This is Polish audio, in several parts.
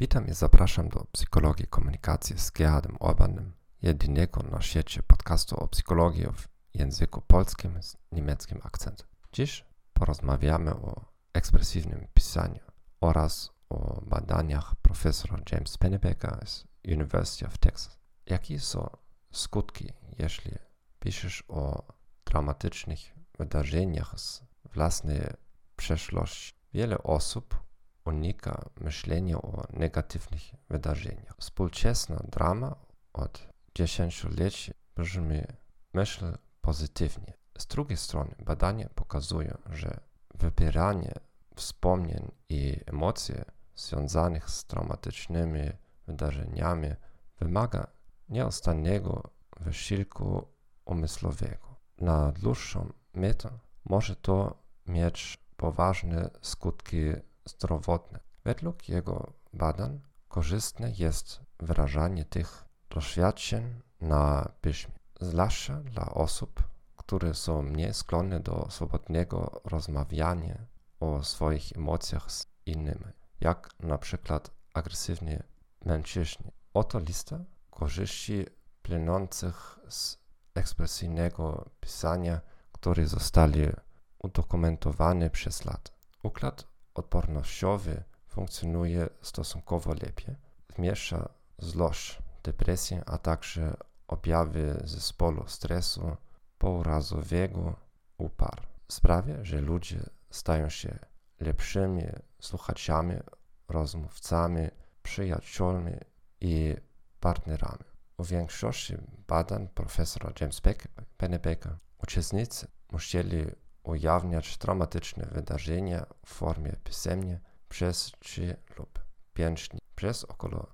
Witam i zapraszam do Psychologii Komunikacji z Gerhardem Orbanem, jedynego na świecie podcastu o psychologii w języku polskim z niemieckim akcentem. Dziś porozmawiamy o ekspresywnym pisaniu oraz o badaniach profesora James Pennebaker z University of Texas. Jakie są skutki, jeśli piszesz o dramatycznych wydarzeniach z własnej przeszłości? Wiele osób unika myślenia o negatywnych wydarzeniach. Współczesna drama od dziesięcioleci brzmi myśl pozytywnie. Z drugiej strony badania pokazują, że wybieranie wspomnień i emocji związanych z dramatycznymi wydarzeniami wymaga nieustannego wysiłku umysłowego. Na dłuższą metę może to mieć poważne skutki zdrowotne. Według jego badań korzystne jest wyrażanie tych doświadczeń na piśmie, zwłaszcza dla osób, które są mniej skłonne do swobodnego rozmawiania o swoich emocjach z innymi, jak na przykład agresywni mężczyźni. Oto lista korzyści płynących z ekspresyjnego pisania, które zostały udokumentowane przez lata. Układ odpornościowy funkcjonuje stosunkowo lepiej. Zmniejsza złość, depresję, a także objawy zespołu stresu pourazowego u par. Sprawia, że ludzie stają się lepszymi słuchaczami, rozmówcami, przyjaciółmi i partnerami. U większości badań profesora James Pennebaker uczestnicy musieli ujawniać dramatyczne wydarzenia w formie pisemnej przez 3 lub 5 dni, przez około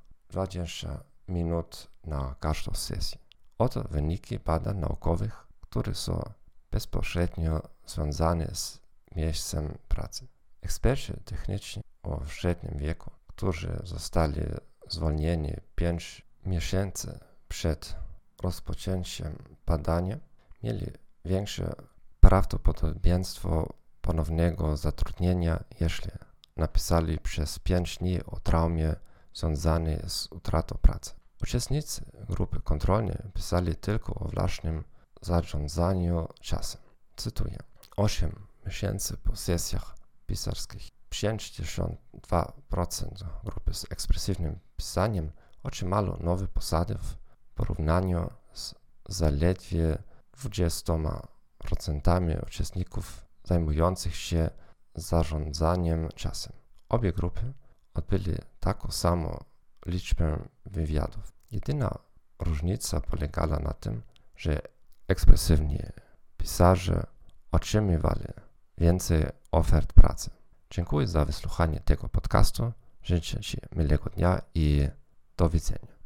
20 minut na każdą sesję. Oto wyniki badań naukowych, które są bezpośrednio związane z miejscem pracy. Eksperci techniczni o średnim wieku, którzy zostali zwolnieni 5 miesięcy przed rozpoczęciem badania, mieli większe prawdopodobieństwo ponownego zatrudnienia, jeśli napisali przez 5 dni o traumie związanej z utratą pracy. Uczestnicy grupy kontrolnej pisali tylko o własnym zarządzaniu czasem. Cytuję: 8 miesięcy po sesjach pisarskich 52% grupy z ekspresywnym pisaniem otrzymało nowe posady w porównaniu z zaledwie 20% uczestników zajmujących się zarządzaniem czasem. Obie grupy odbyli taką samą liczbę wywiadów. Jedyna różnica polegała na tym, że ekspresywni pisarze otrzymywali więcej ofert pracy. Dziękuję za wysłuchanie tego podcastu. Życzę Ci miłego dnia i do widzenia.